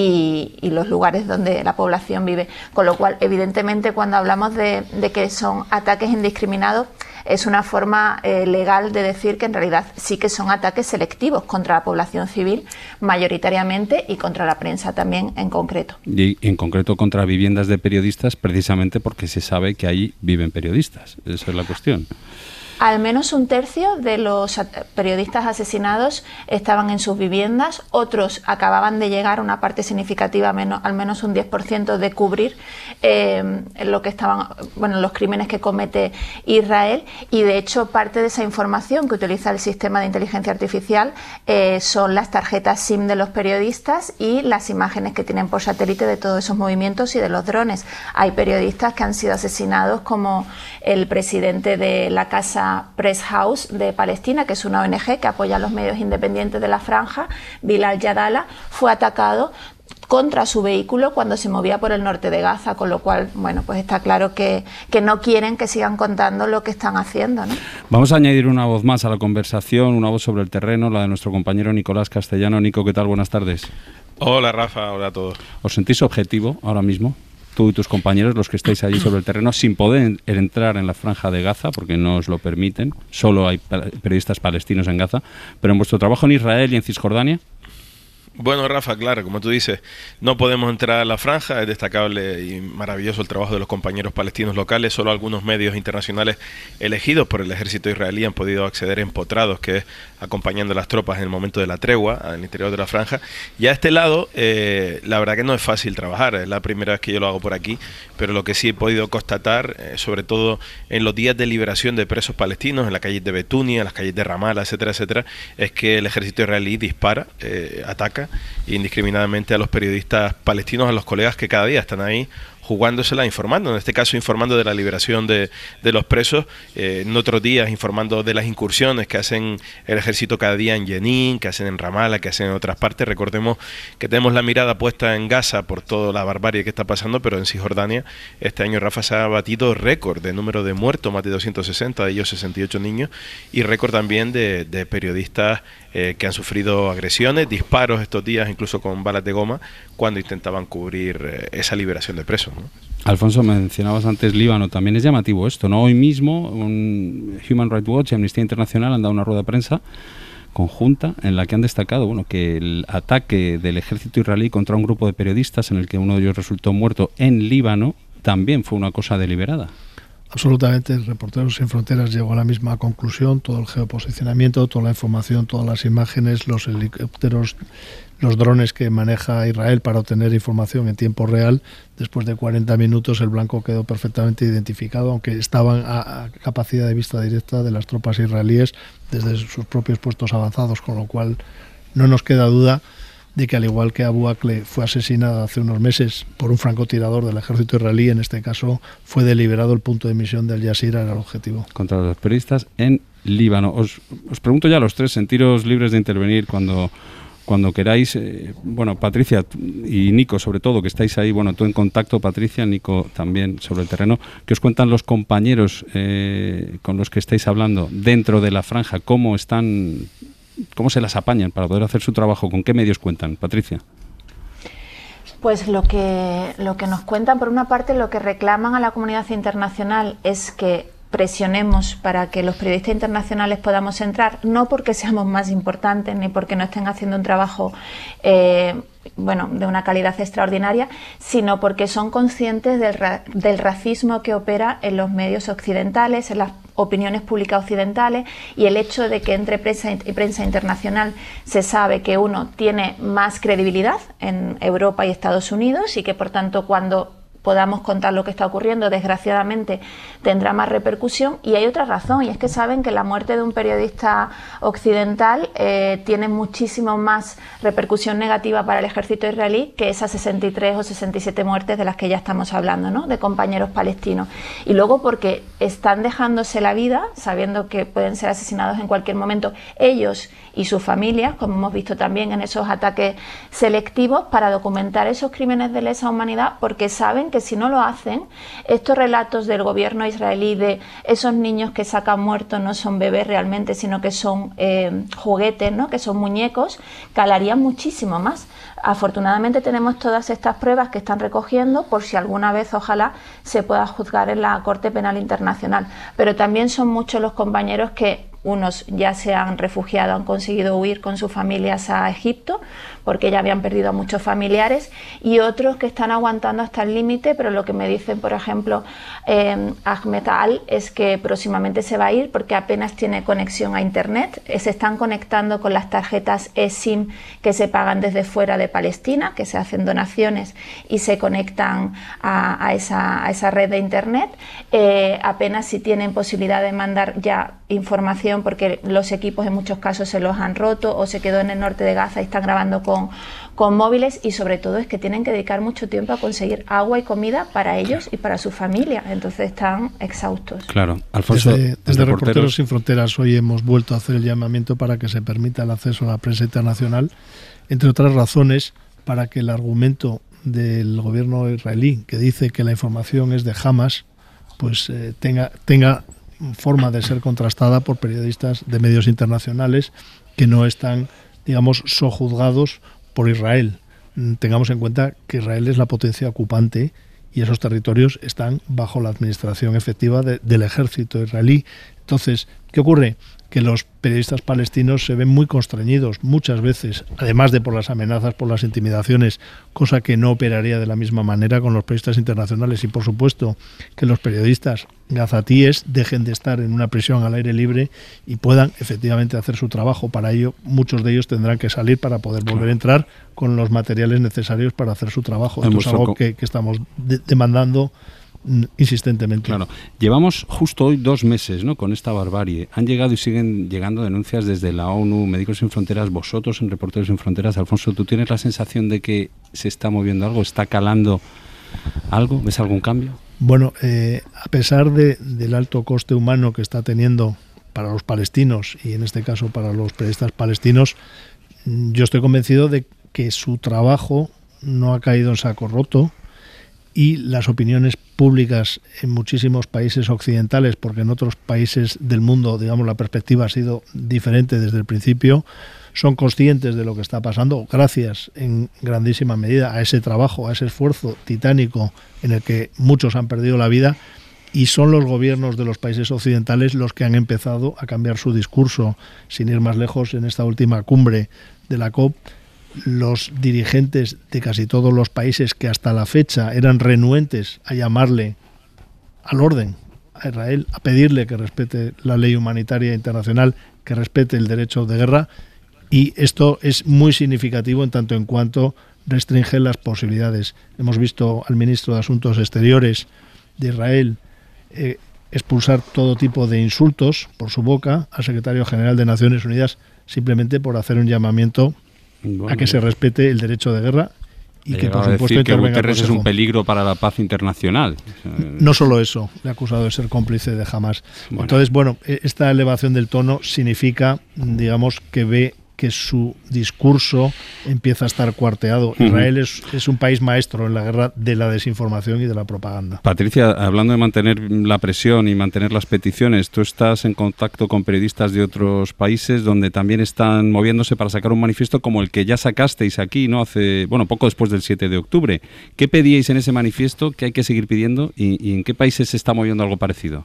y, y los lugares donde la población vive. Con lo cual, evidentemente, cuando hablamos de, de que son ataques indiscriminados, es una forma eh, legal de decir que en realidad sí que son ataques selectivos contra la población civil mayoritariamente y contra la prensa también en concreto. Y en concreto contra viviendas de periodistas, precisamente porque se sabe que ahí viven periodistas. Esa es la cuestión. Al menos un tercio de los periodistas asesinados estaban en sus viviendas, otros acababan de llegar, una parte significativa, menos, al menos un diez por ciento de cubrir eh, lo que estaban, bueno, los crímenes que comete Israel, y de hecho parte de esa información que utiliza el sistema de inteligencia artificial eh, son las tarjetas SIM de los periodistas y las imágenes que tienen por satélite de todos esos movimientos y de los drones. Hay periodistas que han sido asesinados, como el presidente de la Casa Press House de Palestina, que es una O N G que apoya a los medios independientes de la franja, Bilal Yadala, fue atacado contra su vehículo cuando se movía por el norte de Gaza, con lo cual, bueno, pues está claro que, que no quieren que sigan contando lo que están haciendo, ¿no? Vamos a añadir una voz más a la conversación, una voz sobre el terreno, la de nuestro compañero Nicolás Castellano. Nico, ¿qué tal? Buenas tardes. Hola, Rafa, hola a todos. ¿Os sentís objetivo ahora mismo? Tú y tus compañeros, los que estáis allí sobre el terreno, sin poder entrar en la franja de Gaza, porque no os lo permiten, solo hay periodistas palestinos en Gaza, pero en vuestro trabajo en Israel y en Cisjordania. Bueno, Rafa, claro, como tú dices, no podemos entrar a la franja, es destacable y maravilloso el trabajo de los compañeros palestinos locales, solo algunos medios internacionales elegidos por el ejército israelí han podido acceder empotrados, que es acompañando a las tropas en el momento de la tregua al interior de la franja. Y a este lado, eh, la verdad que no es fácil trabajar, es la primera vez que yo lo hago por aquí, pero lo que sí he podido constatar, eh, sobre todo en los días de liberación de presos palestinos, en las calles de Betunia, en las calles de Ramallah, etcétera, etcétera, es que el ejército israelí dispara, eh, ataca indiscriminadamente a los periodistas palestinos, a los colegas que cada día están ahí jugándosela, informando, en este caso informando de la liberación de, de los presos, eh, en otros días informando de las incursiones que hacen el ejército cada día en Jenin, que hacen en Ramallah, que hacen en otras partes. Recordemos que tenemos la mirada puesta en Gaza por toda la barbarie que está pasando, pero en Cisjordania este año, Rafa, se ha batido récord de número de muertos, más de doscientos sesenta, de ellos sesenta y ocho niños, y récord también de, de periodistas eh, que han sufrido agresiones, disparos estos días, incluso con balas de goma, cuando intentaban cubrir eh, esa liberación de presos, ¿no? Alfonso, mencionabas antes Líbano, también es llamativo esto, ¿no? Hoy mismo un Human Rights Watch y Amnistía Internacional han dado una rueda de prensa conjunta en la que han destacado, bueno, que el ataque del ejército israelí contra un grupo de periodistas en el que uno de ellos resultó muerto en Líbano también fue una cosa deliberada. Absolutamente, Reporteros Sin Fronteras llegó a la misma conclusión, todo el geoposicionamiento, toda la información, todas las imágenes, los helicópteros, los drones que maneja Israel para obtener información en tiempo real. Después de cuarenta minutos el blanco quedó perfectamente identificado, aunque estaban a, a capacidad de vista directa de las tropas israelíes desde sus propios puestos avanzados, con lo cual no nos queda duda de que, al igual que Abu Akleh fue asesinada hace unos meses por un francotirador del ejército israelí, en este caso fue deliberado el punto de emisión de Al Jazeera, era el objetivo. Contra los periodistas en Líbano. Os, os pregunto ya a los tres, sentiros libres de intervenir cuando, cuando queráis. Eh, bueno, Patricia y Nico, sobre todo, que estáis ahí, bueno, tú en contacto, Patricia, Nico también sobre el terreno. ¿Qué os cuentan los compañeros eh, con los que estáis hablando dentro de la franja? ¿Cómo están...? ¿Cómo se las apañan para poder hacer su trabajo? ¿Con qué medios cuentan? Patricia. Pues lo que, lo que nos cuentan, por una parte, lo que reclaman a la comunidad internacional es que presionemos para que los periodistas internacionales podamos entrar, no porque seamos más importantes ni porque no estén haciendo un trabajo eh, bueno, de una calidad extraordinaria, sino porque son conscientes del, ra del racismo que opera en los medios occidentales, en las opiniones públicas occidentales, y el hecho de que entre prensa y prensa internacional se sabe que uno tiene más credibilidad en Europa y Estados Unidos, y que por tanto cuando podamos contar lo que está ocurriendo, desgraciadamente tendrá más repercusión. Y hay otra razón, y es que saben que la muerte de un periodista occidental eh, tiene muchísimo más repercusión negativa para el ejército israelí que esas sesenta y tres o sesenta y siete muertes de las que ya estamos hablando, ¿no?, de compañeros palestinos. Y luego porque están dejándose la vida, sabiendo que pueden ser asesinados en cualquier momento, ellos y sus familias, como hemos visto también en esos ataques selectivos, para documentar esos crímenes de lesa humanidad, porque saben que si no lo hacen, estos relatos del gobierno israelí de esos niños que sacan muertos no son bebés realmente, sino que son eh, juguetes, ¿no?, que son muñecos, calarían muchísimo más. Afortunadamente tenemos todas estas pruebas que están recogiendo por si alguna vez, ojalá, se pueda juzgar en la Corte Penal Internacional. Pero también son muchos los compañeros que unos ya se han refugiado, han conseguido huir con sus familias a Egipto porque ya habían perdido a muchos familiares, y otros que están aguantando hasta el límite, pero lo que me dicen, por ejemplo, eh, Ahmed Al, es que próximamente se va a ir porque apenas tiene conexión a internet. Se están conectando con las tarjetas eSIM que se pagan desde fuera de Palestina, que se hacen donaciones y se conectan a, a, esa, a esa red de internet. Eh, apenas si tienen posibilidad de mandar ya información, porque los equipos en muchos casos se los han roto o se quedó en el norte de Gaza y están grabando con, con móviles, y sobre todo es que tienen que dedicar mucho tiempo a conseguir agua y comida para ellos y para su familia, entonces están exhaustos. Claro, Alfonso, desde, desde Reporteros Sin Fronteras hoy hemos vuelto a hacer el llamamiento para que se permita el acceso a la prensa internacional, entre otras razones para que el argumento del gobierno israelí, que dice que la información es de Hamas, pues eh, tenga, tenga forma de ser contrastada por periodistas de medios internacionales que no están, digamos, sojuzgados por Israel. Tengamos en cuenta que Israel es la potencia ocupante y esos territorios están bajo la administración efectiva de, del ejército israelí. Entonces, ¿qué ocurre? Que los periodistas palestinos se ven muy constreñidos muchas veces, además de por las amenazas, por las intimidaciones, cosa que no operaría de la misma manera con los periodistas internacionales, y por supuesto que los periodistas gazatíes dejen de estar en una prisión al aire libre y puedan efectivamente hacer su trabajo. Para ello, muchos de ellos tendrán que salir para poder volver a entrar con los materiales necesarios para hacer su trabajo. Esto es algo que, que estamos de- demandando insistentemente. Claro, llevamos justo hoy dos meses, ¿no?, con esta barbarie. Han llegado y siguen llegando denuncias desde la ONU, Médicos Sin Fronteras, vosotros en Reporteros Sin Fronteras. Alfonso, ¿tú tienes la sensación de que se está moviendo algo, está calando algo? ¿Ves algún cambio? Bueno, eh, a pesar de, del alto coste humano que está teniendo para los palestinos y en este caso para los periodistas palestinos, yo estoy convencido de que su trabajo no ha caído en saco roto, y las opiniones públicas en muchísimos países occidentales, porque en otros países del mundo, digamos, la perspectiva ha sido diferente desde el principio, son conscientes de lo que está pasando, gracias en grandísima medida a ese trabajo, a ese esfuerzo titánico en el que muchos han perdido la vida, y son los gobiernos de los países occidentales los que han empezado a cambiar su discurso. Sin ir más lejos, en esta última cumbre de la COP, los dirigentes de casi todos los países que hasta la fecha eran renuentes a llamarle al orden, a Israel, a pedirle que respete la ley humanitaria internacional, que respete el derecho de guerra, y esto es muy significativo en tanto en cuanto restringe las posibilidades. Hemos visto al ministro de Asuntos Exteriores de Israel eh, expulsar todo tipo de insultos por su boca al secretario general de Naciones Unidas, simplemente por hacer un llamamiento bueno, a que se respete el derecho de guerra y que, por supuesto, decir que Guterres es un peligro para la paz internacional. No solo eso, le ha acusado de ser cómplice de Hamas. Bueno. Entonces, bueno, esta elevación del tono significa, digamos, que ve que su discurso empieza a estar cuarteado. Uh-huh. Israel es, es un país maestro en la guerra de la desinformación y de la propaganda. Patricia, hablando de mantener la presión y mantener las peticiones, tú estás en contacto con periodistas de otros países donde también están moviéndose para sacar un manifiesto como el que ya sacasteis aquí, ¿no? Hace, bueno, poco después del siete de octubre. ¿Qué pedíais en ese manifiesto? ¿Qué hay que seguir pidiendo? ¿Y, y en qué países se está moviendo algo parecido?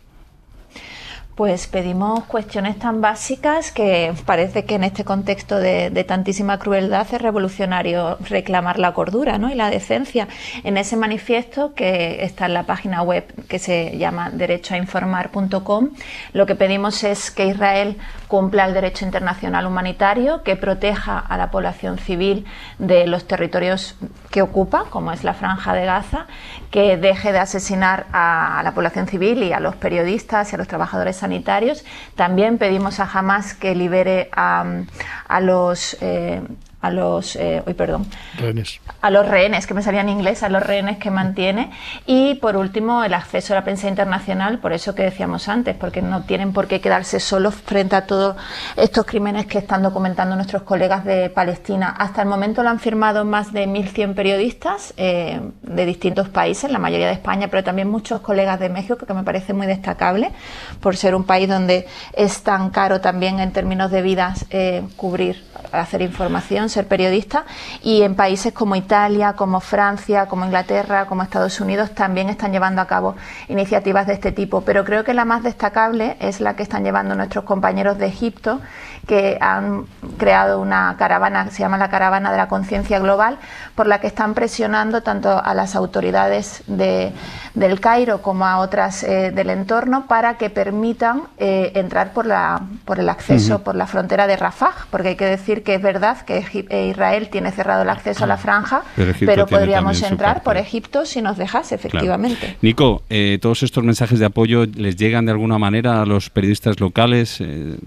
Pues pedimos cuestiones tan básicas que parece que en este contexto de, de tantísima crueldad es revolucionario reclamar la cordura, ¿no? Y la decencia. En ese manifiesto, que está en la página web que se llama derecho a informar punto com, lo que pedimos es que Israel cumpla el derecho internacional humanitario, que proteja a la población civil de los territorios que ocupa, como es la Franja de Gaza, que deje de asesinar a, a la población civil y a los periodistas y a los trabajadores sanitarios. También pedimos a Hamas que libere a, a los eh, a los eh, uy, perdón, rehenes. a los rehenes, que me salía en inglés, a los rehenes que mantiene, y por último el acceso a la prensa internacional, por eso que decíamos antes, porque no tienen por qué quedarse solos frente a todos estos crímenes que están documentando nuestros colegas de Palestina. Hasta el momento lo han firmado más de mil cien periodistas eh, de distintos países, la mayoría de España, pero también muchos colegas de México, que me parece muy destacable por ser un país donde es tan caro también en términos de vidas eh, cubrir, hacer información, ser periodista, y en países como Italia, como Francia, como Inglaterra, como Estados Unidos también están llevando a cabo iniciativas de este tipo, pero creo que la más destacable es la que están llevando nuestros compañeros de Egipto, que han creado una caravana que se llama la Caravana de la Conciencia Global, por la que están presionando tanto a las autoridades de, del Cairo como a otras eh, del entorno para que permitan eh, entrar por, la, por el acceso, uh-huh. por la frontera de Rafah, porque hay que decir que es verdad que Israel tiene cerrado el acceso a la franja, pero, pero podríamos entrar por Egipto si nos dejase, efectivamente. Claro. Nico, eh, ¿todos estos mensajes de apoyo les llegan de alguna manera a los periodistas locales? Eh...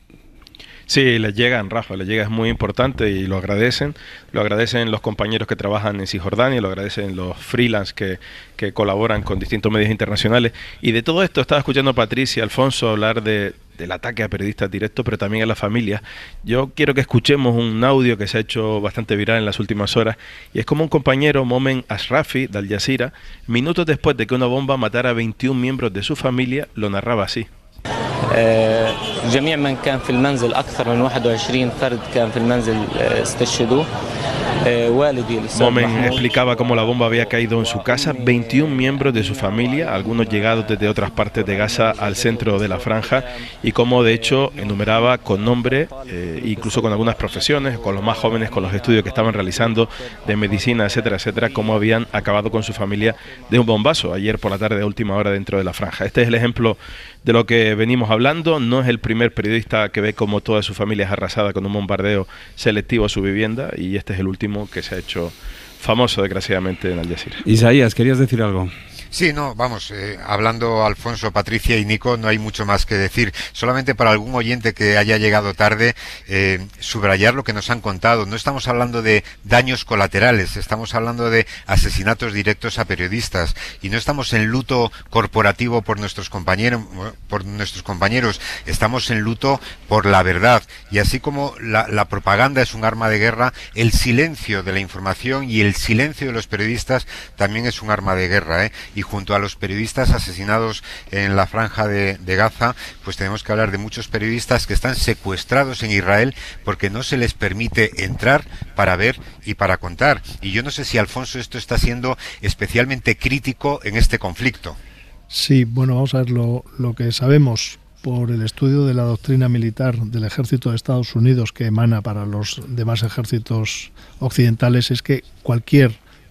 Sí, les llegan, Rafa, les llega, es muy importante y lo agradecen. Lo agradecen los compañeros que trabajan en Cisjordania, lo agradecen los freelance que, que colaboran con distintos medios internacionales. Y de todo esto estaba escuchando a Patricia, Alfonso, hablar de, del ataque a periodistas directos, pero también a la familia. Yo quiero que escuchemos un audio que se ha hecho bastante viral en las últimas horas, y es como un compañero, Momen Ashrafi, de Al Jazeera, minutos después de que una bomba matara a veintiún miembros de su familia, lo narraba así. جميع من كان في المنزل أكثر من واحد وعشرين فرد كان في المنزل استشهدوا. Momen explicaba cómo la bomba había caído en su casa, veintiún miembros de su familia, algunos llegados desde otras partes de Gaza al centro de la franja, y cómo de hecho enumeraba con nombre, eh, incluso con algunas profesiones, con los más jóvenes, con los estudios que estaban realizando de medicina, etcétera, etcétera, cómo habían acabado con su familia de un bombazo ayer por la tarde a última hora dentro de la franja. Este es el ejemplo de lo que venimos hablando. No es el primer periodista que ve cómo toda su familia es arrasada con un bombardeo selectivo a su vivienda, y este es el último que se ha hecho famoso, desgraciadamente, en Al Jazeera. Isaías, ¿querías decir algo? Sí, no, vamos, eh, hablando Alfonso, Patricia y Nico, no hay mucho más que decir. Solamente para algún oyente que haya llegado tarde, eh, subrayar lo que nos han contado. No estamos hablando de daños colaterales, estamos hablando de asesinatos directos a periodistas, y no estamos en luto corporativo por nuestros compañeros, por nuestros compañeros, estamos en luto por la verdad. Y así como la, la propaganda es un arma de guerra, el silencio de la información y el silencio de los periodistas también es un arma de guerra, ¿eh? Y junto a los periodistas asesinados en la franja de, de Gaza, pues tenemos que hablar de muchos periodistas que están secuestrados en Israel porque no se les permite entrar para ver y para contar. Y yo no sé si, Alfonso, esto está siendo especialmente crítico en este conflicto. Sí, bueno, vamos a ver lo, lo que sabemos por el estudio de la doctrina militar del ejército de Estados Unidos, que emana para los demás ejércitos occidentales, es que cualquier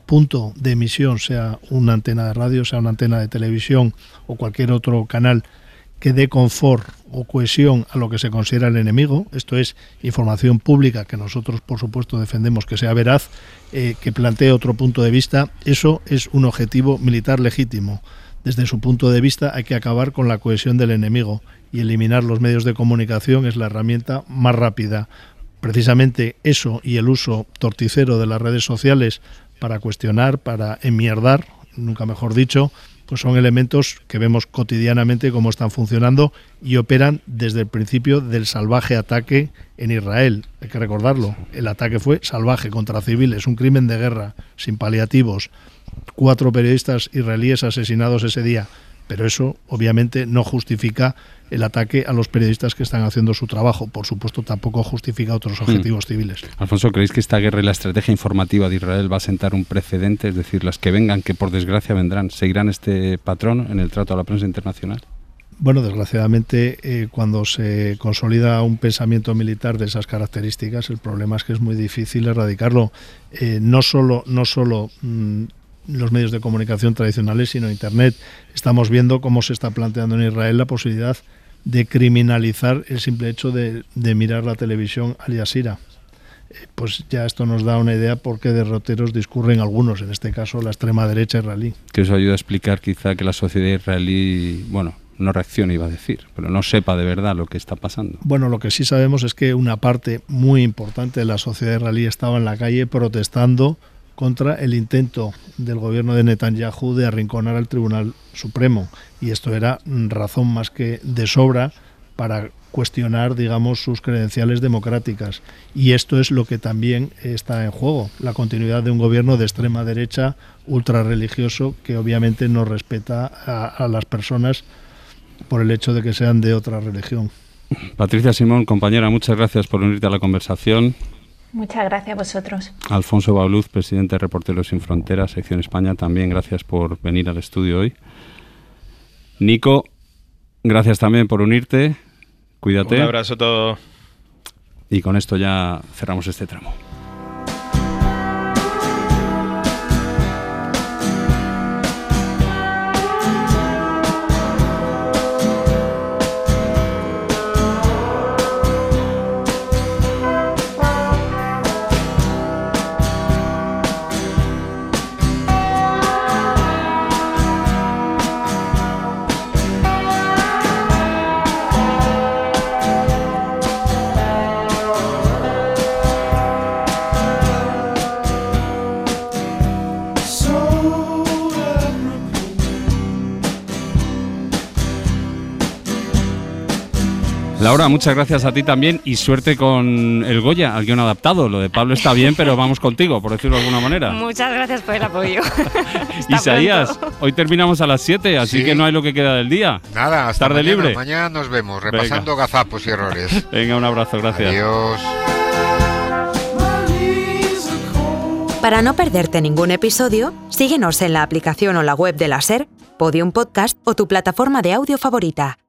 punto de emisión, sea una antena de radio, sea una antena de televisión o cualquier otro canal, que dé confort o cohesión a lo que se considera el enemigo, esto es información pública que nosotros por supuesto defendemos que sea veraz, eh, que plantee otro punto de vista, eso es un objetivo militar legítimo. Desde su punto de vista hay que acabar con la cohesión del enemigo y eliminar los medios de comunicación es la herramienta más rápida. Precisamente eso y el uso torticero de las redes sociales para cuestionar, para enmierdar, nunca mejor dicho, pues son elementos que vemos cotidianamente cómo están funcionando y operan desde el principio del salvaje ataque en Israel. Hay que recordarlo, el ataque fue salvaje contra civiles, un crimen de guerra, sin paliativos. Cuatro periodistas israelíes asesinados ese día, pero eso obviamente no justifica el ataque a los periodistas que están haciendo su trabajo. Por supuesto, tampoco justifica otros objetivos mm. civiles. Alfonso, ¿creéis que esta guerra y la estrategia informativa de Israel va a sentar un precedente? Es decir, las que vengan, que por desgracia vendrán, ¿seguirán este patrón en el trato a la prensa internacional? Bueno, desgraciadamente, eh, cuando se consolida un pensamiento militar de esas características, el problema es que es muy difícil erradicarlo. Eh, no solo, no solo mmm, los medios de comunicación tradicionales, sino Internet. Estamos viendo cómo se está planteando en Israel la posibilidad de criminalizar el simple hecho de, de mirar la televisión Al Jazeera. Eh, pues ya esto nos da una idea por qué derroteros discurren algunos, en este caso la extrema derecha israelí. Que eso ayuda a explicar quizá que la sociedad israelí, bueno, no reaccione, iba a decir, pero no sepa de verdad lo que está pasando. Bueno, lo que sí sabemos es que una parte muy importante de la sociedad israelí estaba en la calle protestando contra el intento del gobierno de Netanyahu de arrinconar al Tribunal Supremo, y esto era razón más que de sobra para cuestionar, digamos, sus credenciales democráticas, y esto es lo que también está en juego, la continuidad de un gobierno de extrema derecha ultrarreligioso que obviamente no respeta a, a las personas por el hecho de que sean de otra religión. Patricia Simón, compañera, muchas gracias por unirte a la conversación. Muchas gracias a vosotros. Alfonso Bauluz, presidente de Reporteros Sin Fronteras, sección España, también gracias por venir al estudio hoy. Nico, gracias también por unirte. Cuídate. Un abrazo a todos. Y con esto ya cerramos este tramo. Laura, muchas gracias a ti también y suerte con el Goya, al guión adaptado. Lo de Pablo está bien, pero vamos contigo, por decirlo de alguna manera. Muchas gracias por el apoyo. Isaías, hoy terminamos a las siete, así sí. que no hay lo que queda del día. Nada, hasta Tarde mañana. libre. Mañana nos vemos, repasando Venga. gazapos y errores. Venga, un abrazo, gracias. Adiós. Para no perderte ningún episodio, síguenos en la aplicación o la web de la SER, Podium Podcast o tu plataforma de audio favorita.